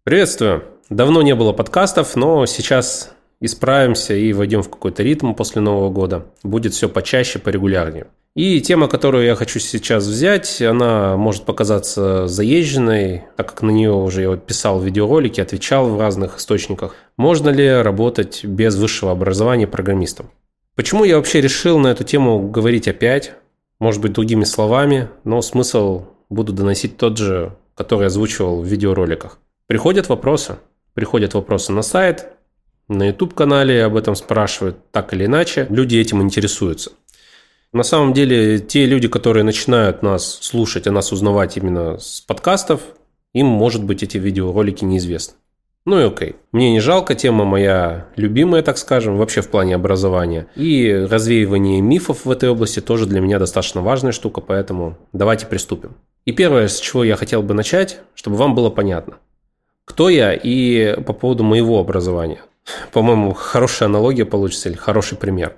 Приветствую! Давно не было подкастов, но сейчас исправимся и войдем в какой-то ритм после Нового года. Будет все почаще, порегулярнее. И тема, которую я хочу сейчас взять, она может показаться заезженной, так как на нее уже я писал видеоролики, отвечал в разных источниках. Можно ли работать без высшего образования программистом? Почему я вообще решил на эту тему говорить опять? Может быть, другими словами, но смысл буду доносить тот же, который озвучивал в видеороликах. Приходят вопросы на сайт, на YouTube-канале об этом спрашивают, так или иначе. Люди этим интересуются. На самом деле, те люди, которые начинают нас слушать, нас узнавать именно с подкастов, им, может быть, эти видеоролики неизвестны. Ну и окей. Мне не жалко, тема моя любимая, так скажем, вообще в плане образования. И развеивание мифов в этой области тоже для меня достаточно важная штука, поэтому давайте приступим. И первое, с чего я хотел бы начать, чтобы вам было понятно. Кто я и по поводу моего образования. По-моему, хорошая аналогия получится или хороший пример.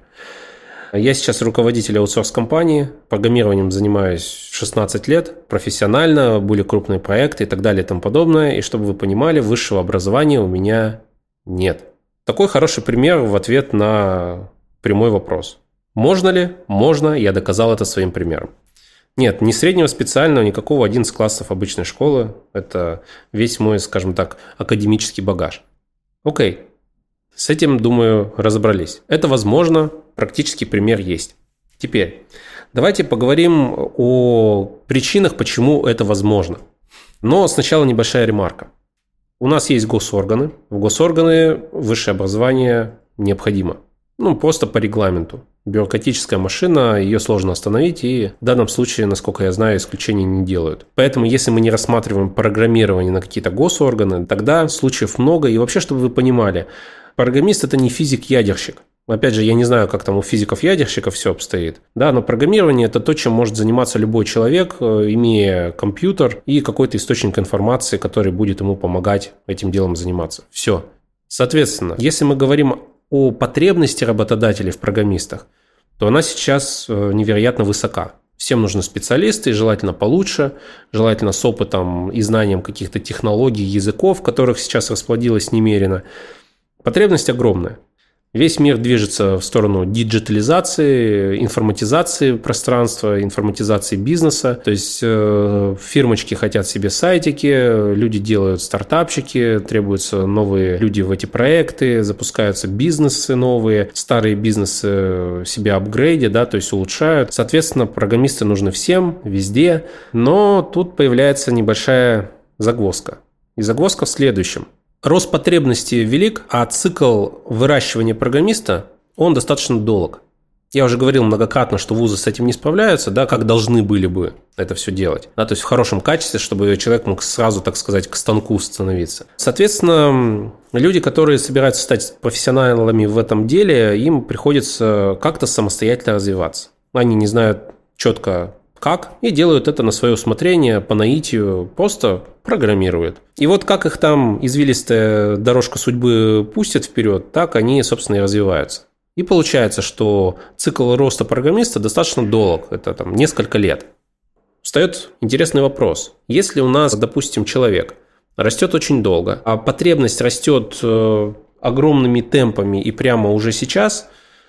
Я сейчас руководитель аутсорс-компании, программированием занимаюсь 16 лет, профессионально, были крупные проекты и так далее и тому подобное. И чтобы вы понимали, высшего образования у меня нет. Такой хороший пример в ответ на прямой вопрос. Можно ли? Можно, я доказал это своим примером. Нет, ни среднего специального, никакого 11 классов обычной школы. Это весь мой, скажем так, академический багаж. Окей, с этим, думаю, разобрались. Это возможно, практический пример есть. Теперь, давайте поговорим о причинах, почему это возможно. Но сначала небольшая ремарка. У нас есть госорганы. В госорганы высшее образование необходимо. Просто по регламенту. Бюрократическая машина, ее сложно остановить, и в данном случае, насколько я знаю, исключений не делают. Поэтому, если мы не рассматриваем программирование на какие-то госорганы, тогда случаев много. И вообще, чтобы вы понимали, программист – это не физик-ядерщик. Опять же, я не знаю, как там у физиков-ядерщиков все обстоит. Да, но программирование – это то, чем может заниматься любой человек, имея компьютер и какой-то источник информации, который будет ему помогать этим делом заниматься. Все. Соответственно, если мы говорим о потребности работодателей в программистах, то она сейчас невероятно высока. Всем нужны специалисты, и желательно получше, желательно с опытом и знанием каких-то технологий, языков, которых сейчас расплодилось немерено. Потребность огромная. Весь мир движется в сторону диджитализации, информатизации пространства, информатизации бизнеса. То есть фирмочки хотят себе сайтики, люди делают стартапчики, требуются новые люди в эти проекты, запускаются бизнесы новые, старые бизнесы себя апгрейдят, да, то есть улучшают. Соответственно, программисты нужны всем, везде. Но тут появляется небольшая загвоздка. И загвоздка в следующем. Рост потребностей велик, а цикл выращивания программиста, он достаточно долг. Я уже говорил многократно, что вузы с этим не справляются, да, как должны были бы это все делать. Да, то есть в хорошем качестве, чтобы человек мог сразу, так сказать, к станку становиться. Соответственно, люди, которые собираются стать профессионалами в этом деле, им приходится как-то самостоятельно развиваться. Они не знают четко как, и делают это на свое усмотрение, по наитию, просто программируют. И вот как их там извилистая дорожка судьбы пустит вперед, так они, собственно, и развиваются. И получается, что цикл роста программиста достаточно долг, это там несколько лет. Встает интересный вопрос. Если у нас, допустим, человек растет очень долго, а потребность растет огромными темпами и прямо уже сейчас,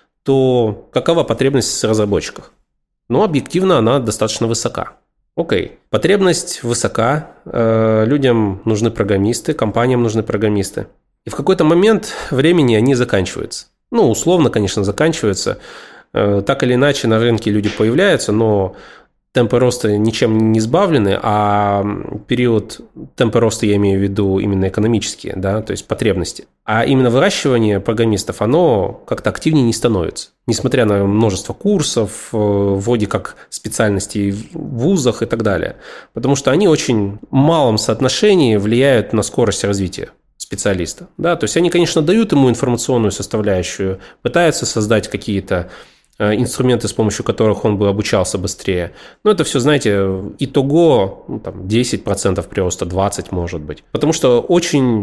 то какова потребность в разработчиках? Но объективно она достаточно высока. Окей, потребность высока, людям нужны программисты, компаниям нужны программисты. И в какой-то момент времени они заканчиваются. Условно, конечно, заканчиваются. Так или иначе на рынке люди появляются, но темпы роста ничем не избавлены, а период темпа роста я имею в виду именно экономические, да, то есть потребности. А именно выращивание программистов, оно как-то активнее не становится. Несмотря на множество курсов, вроде как специальностей в вузах и так далее. Потому что они очень в малом соотношении влияют на скорость развития специалиста. Да, то есть они, конечно, дают ему информационную составляющую, пытаются создать какие-то инструменты, с помощью которых он бы обучался быстрее. Но это все, знаете, итого 10% прироста, 20% может быть. Потому что очень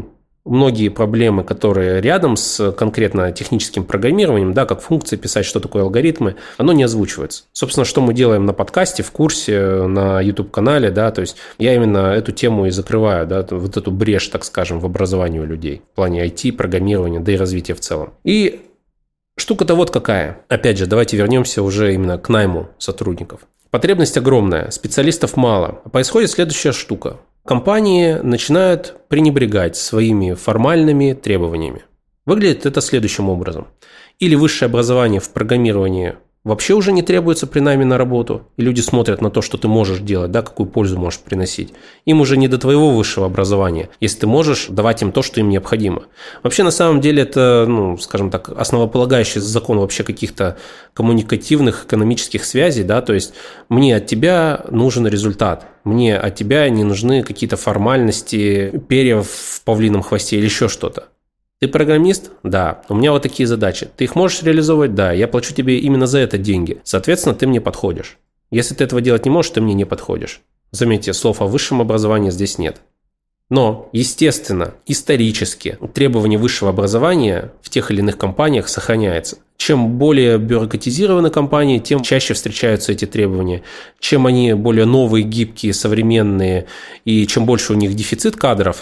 многие проблемы, которые рядом с конкретно техническим программированием, да, как функции писать, что такое алгоритмы, оно не озвучивается. Собственно, что мы делаем на подкасте, в курсе, на YouTube-канале, да, то есть я именно эту тему и закрываю, да, вот эту брешь, так скажем, в образовании у людей в плане IT, программирования, да и развития в целом. И штука-то вот какая. Опять же, давайте вернемся уже именно к найму сотрудников. Потребность огромная, специалистов мало. Происходит следующая штука. Компании начинают пренебрегать своими формальными требованиями. Выглядит это следующим образом. Или высшее образование в программировании вообще уже не требуется при найме на работу, и люди смотрят на то, что ты можешь делать, да, какую пользу можешь приносить. Им уже не до твоего высшего образования, если ты можешь давать им то, что им необходимо. Вообще, на самом деле, это, скажем так, основополагающий закон вообще каких-то коммуникативных, экономических связей, да, то есть мне от тебя нужен результат, мне от тебя не нужны какие-то формальности, перья в павлином хвосте или еще что-то. Ты программист? Да. У меня вот такие задачи. Ты их можешь реализовывать? Да. Я плачу тебе именно за это деньги. Соответственно, ты мне подходишь. Если ты этого делать не можешь, ты мне не подходишь. Заметьте, слов о высшем образовании здесь нет. Но, естественно, исторически требование высшего образования в тех или иных компаниях сохраняется. Чем более бюрократизированы компании, тем чаще встречаются эти требования. Чем они более новые, гибкие, современные, и чем больше у них дефицит кадров,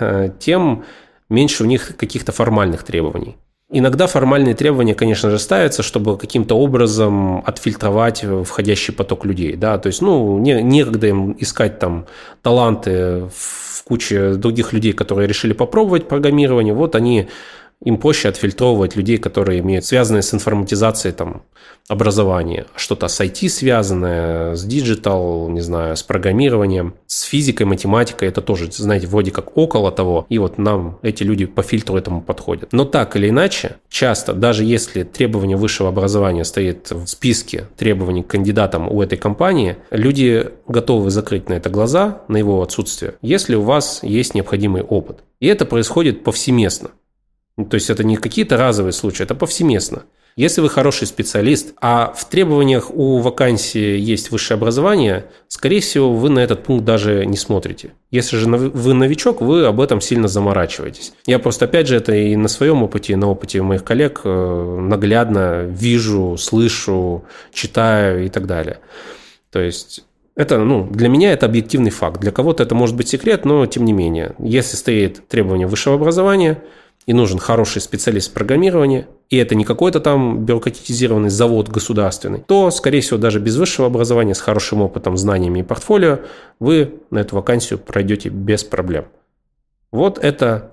тем меньше у них каких-то формальных требований. Иногда формальные требования, конечно же, ставятся, чтобы каким-то образом отфильтровать входящий поток людей. Да? То есть, некогда им искать там таланты в куче других людей, которые решили попробовать программирование. Вот им проще отфильтровывать людей, которые имеют связанные с информатизацией там, образование, что-то с IT связанное, с диджитал, не знаю, с программированием, с физикой, математикой. Это тоже, знаете, вроде как около того. И вот нам эти люди по фильтру этому подходят. Но так или иначе, часто, даже если требование высшего образования стоит в списке требований к кандидатам у этой компании, люди готовы закрыть на это глаза, на его отсутствие, если у вас есть необходимый опыт. И это происходит повсеместно. То есть это не какие-то разовые случаи, это повсеместно. Если вы хороший специалист, а в требованиях у вакансии есть высшее образование, скорее всего, вы на этот пункт даже не смотрите. Если же вы новичок, вы об этом сильно заморачиваетесь. Я просто, опять же, это и на своем опыте, и на опыте моих коллег наглядно вижу, слышу, читаю и так далее. То есть это, для меня это объективный факт. Для кого-то это может быть секрет, но тем не менее. Если стоит требование высшего образования и нужен хороший специалист в программировании, и это не какой-то там бюрократизированный завод государственный, то, скорее всего, даже без высшего образования, с хорошим опытом, знаниями и портфолио, вы на эту вакансию пройдете без проблем. Вот это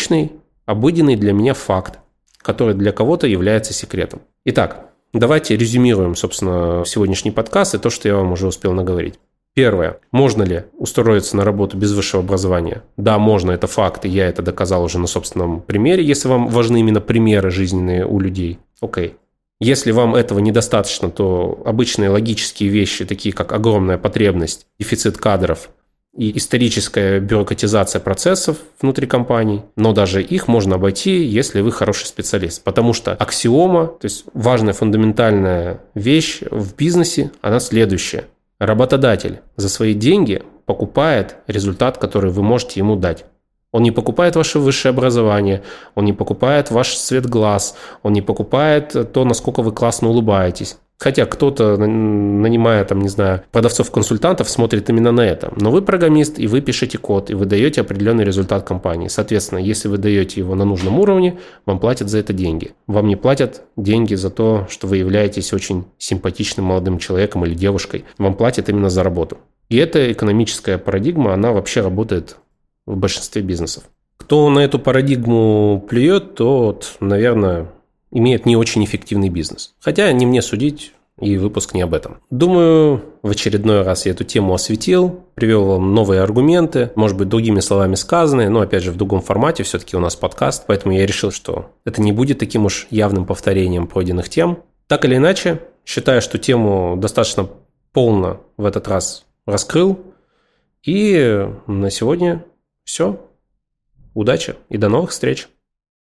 обыденный для меня факт, который для кого-то является секретом. Итак, давайте резюмируем, собственно, сегодняшний подкаст и то, что я вам уже успел наговорить. Первое. Можно ли устроиться на работу без высшего образования? Да, можно, это факт, и я это доказал уже на собственном примере, если вам важны именно примеры жизненные у людей. Окей. Если вам этого недостаточно, то обычные логические вещи, такие как огромная потребность, дефицит кадров и историческая бюрократизация процессов внутри компаний, но даже их можно обойти, если вы хороший специалист. Потому что аксиома, то есть важная фундаментальная вещь в бизнесе, она следующая. Работодатель за свои деньги покупает результат, который вы можете ему дать. Он не покупает ваше высшее образование, он не покупает ваш цвет глаз, он не покупает то, насколько вы классно улыбаетесь. Хотя кто-то, нанимая, продавцов-консультантов, смотрит именно на это. Но вы программист, и вы пишете код, и вы даете определенный результат компании. Соответственно, если вы даете его на нужном уровне, вам платят за это деньги. Вам не платят деньги за то, что вы являетесь очень симпатичным молодым человеком или девушкой. Вам платят именно за работу. И эта экономическая парадигма, она вообще работает в большинстве бизнесов. Кто на эту парадигму плюет, тот, наверное, имеет не очень эффективный бизнес. Хотя не мне судить, и выпуск не об этом. Думаю, в очередной раз я эту тему осветил, привел вам новые аргументы, может быть, другими словами сказанные, но, опять же, в другом формате, все-таки у нас подкаст, поэтому я решил, что это не будет таким уж явным повторением пройденных тем. Так или иначе, считаю, что тему достаточно полно в этот раз раскрыл, и на сегодня все. Удачи и до новых встреч!